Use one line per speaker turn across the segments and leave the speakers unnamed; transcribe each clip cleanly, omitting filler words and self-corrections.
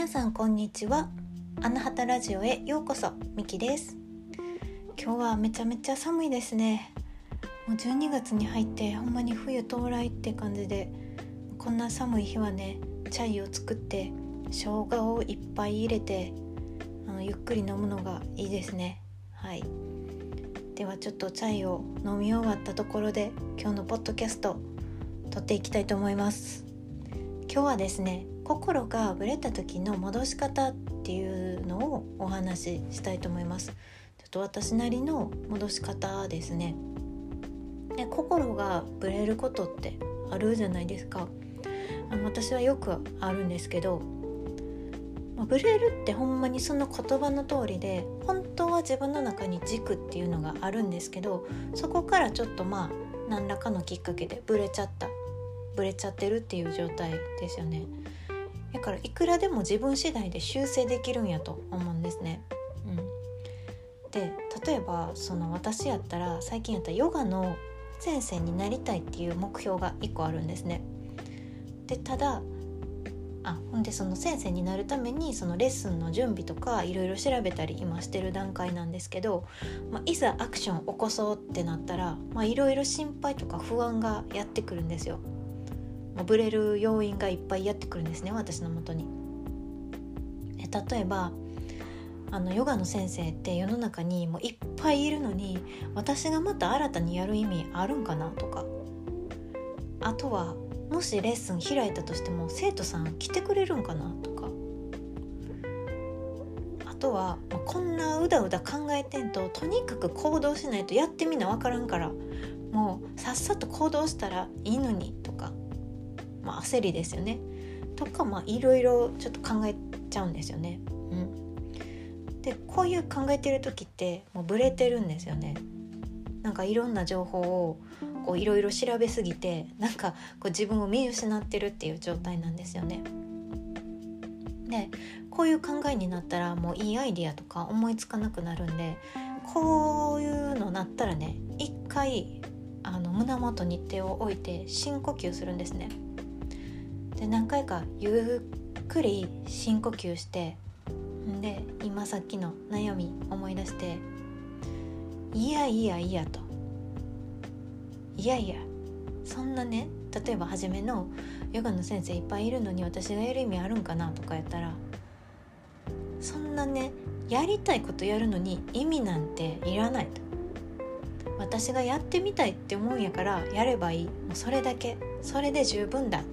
さんこんにちは。アナハタラジオへようこそ。ミキです。今日はめちゃめちゃ寒いですね。もう12月に入ってほんまに冬到来って感じで、こんな寒い日はね、チャイを作って生姜をいっぱい入れてゆっくり飲むのがいいですね。はい。ではちょっとチャイを飲み終わったところで今日のポッドキャスト撮っていきたいと思います。今日はですね、心がぶれた時の戻し方っていうのをお話ししたいと思います。ちょっと私なりの戻し方ですね。で、心がぶれることってあるじゃないですか。私はよくあるんですけど、ぶれるってほんまにその言葉の通りで、本当は自分の中に軸っていうのがあるんですけど、そこからちょっと何らかのきっかけでぶれちゃってるっていう状態ですよね。だからいくらでも自分次第で修正できるんやと思うんですね。で、例えば私やったら最近やったらヨガの先生になりたいっていう目標が1個あるんですね。で、ただほんでその先生になるためにそのレッスンの準備とかいろいろ調べたり今してる段階なんですけど、いざアクションを起こそうってなったらいろいろ心配とか不安がやってくるんですよ。ブレる要因がいっぱいやってくるんですね、私の元に。例えばヨガの先生って世の中にもういっぱいいるのに、私がまた新たにやる意味あるんかなとか、あとはもしレッスン開いたとしても生徒さん来てくれるんかなとか、あとはこんなうだうだ考えてんととにかく行動しないとやってみなわからんから、もうさっさと行動したらいいのにとか、焦りですよねとか、いろいろちょっと考えちゃうんですよね。で、こういう考えてる時ってもうブレてるんですよね。なんかいろんな情報をいろいろ調べすぎて、なんか自分を見失ってるっていう状態なんですよね。で、こういう考えになったらもういいアイディアとか思いつかなくなるんで、こういうのなったらね、一回胸元に手を置いて深呼吸するんですね。で、何回かゆっくり深呼吸して、で今さっきの悩み思い出して、いやと、そんなね、例えば初めのヨガの先生いっぱいいるのに私がやる意味あるんかなとかやったら、そんなね、やりたいことやるのに意味なんていらないと。私がやってみたいって思うんやからやればいい、もうそれだけ、それで十分だって。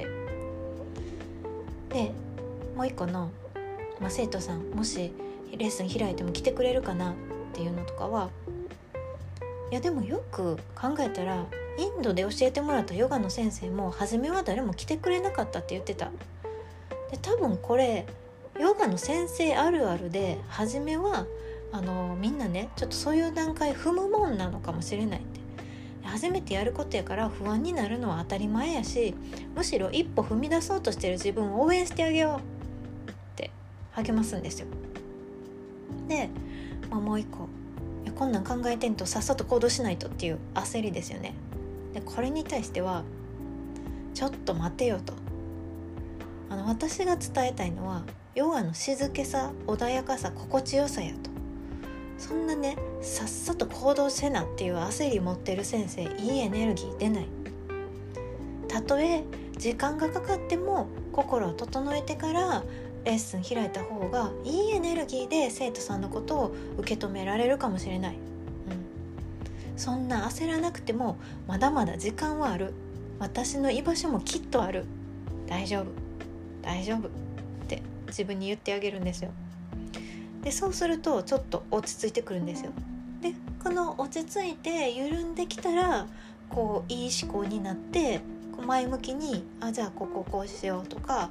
で、もう一個の、生徒さんもしレッスン開いても来てくれるかなっていうのとかは、いやでもよく考えたらインドで教えてもらったヨガの先生も初めは誰も来てくれなかったって言ってた。で、多分これヨガの先生あるあるで、初めはみんなね、ちょっとそういう段階踏むもんなのかもしれないって。初めてやることやから不安になるのは当たり前やし、むしろ一歩踏み出そうとしてる自分を応援してあげようって励ますんですよ。で、もう一個、いやこんなん考えてんとさっさと行動しないとっていう焦りですよね。で、これに対してはちょっと待てよと。私が伝えたいのはヨガの静けさ、穏やかさ、心地よさやと。そんなね、さっさと行動せなっていう焦り持ってる先生、いいエネルギー出ない。たとえ時間がかかっても心を整えてからレッスン開いた方がいいエネルギーで生徒さんのことを受け止められるかもしれない。そんな焦らなくてもまだまだ時間はある。私の居場所もきっとある。大丈夫って自分に言ってあげるんですよ。で、そうするとちょっと落ち着いてくるんですよ。で、この落ち着いて緩んできたらいい思考になって、前向きにじゃあこうしようとか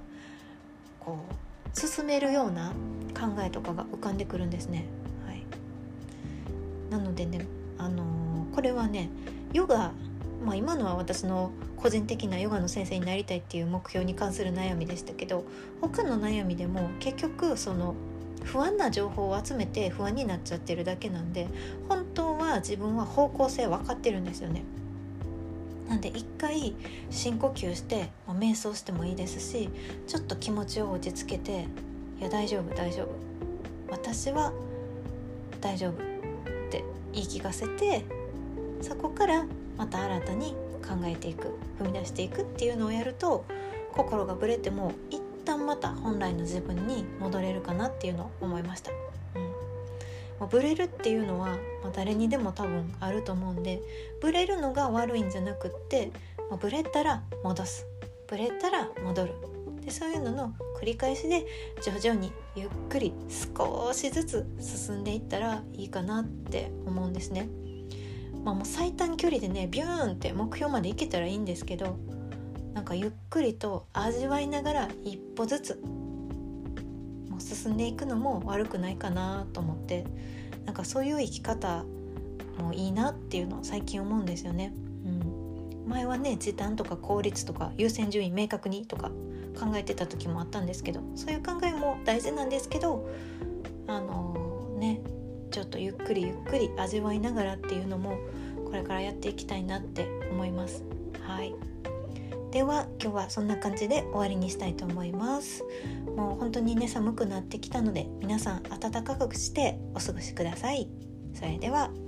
進めるような考えとかが浮かんでくるんですね。はい。なのでね、これはね、ヨガ、今のは私の個人的なヨガの先生になりたいっていう目標に関する悩みでしたけど、他の悩みでも結局不安な情報を集めて不安になっちゃってるだけなんで、本当は自分は方向性分かってるんですよね。 なんで一回深呼吸して、瞑想してもいいですし、ちょっと気持ちを落ち着けて、いや大丈夫大丈夫、私は大丈夫って言い聞かせて、そこからまた新たに考えていく、踏み出していくっていうのをやると、心がぶれても一旦また本来の自分に戻れるかなっていうのを思いました。ブレるっていうのは、誰にでも多分あると思うんで、ブレるのが悪いんじゃなくって、ブレたら戻す、ブレたら戻る、でそういうのの繰り返しで、徐々にゆっくり少しずつ進んでいったらいいかなって思うんですね。もう最短距離でね、ビューンって目標まで行けたらいいんですけど、なんかゆっくりと味わいながら一歩ずつもう進んでいくのも悪くないかなと思って、なんかそういう生き方もいいなっていうのを最近思うんですよね。前はね、時短とか効率とか優先順位明確にとか考えてた時もあったんですけど、そういう考えも大事なんですけど、ちょっとゆっくりゆっくり味わいながらっていうのもこれからやっていきたいなって思います。はい、では今日はそんな感じで終わりにしたいと思います。もう本当にね、寒くなってきたので、皆さん暖かくしてお過ごしください。それでは。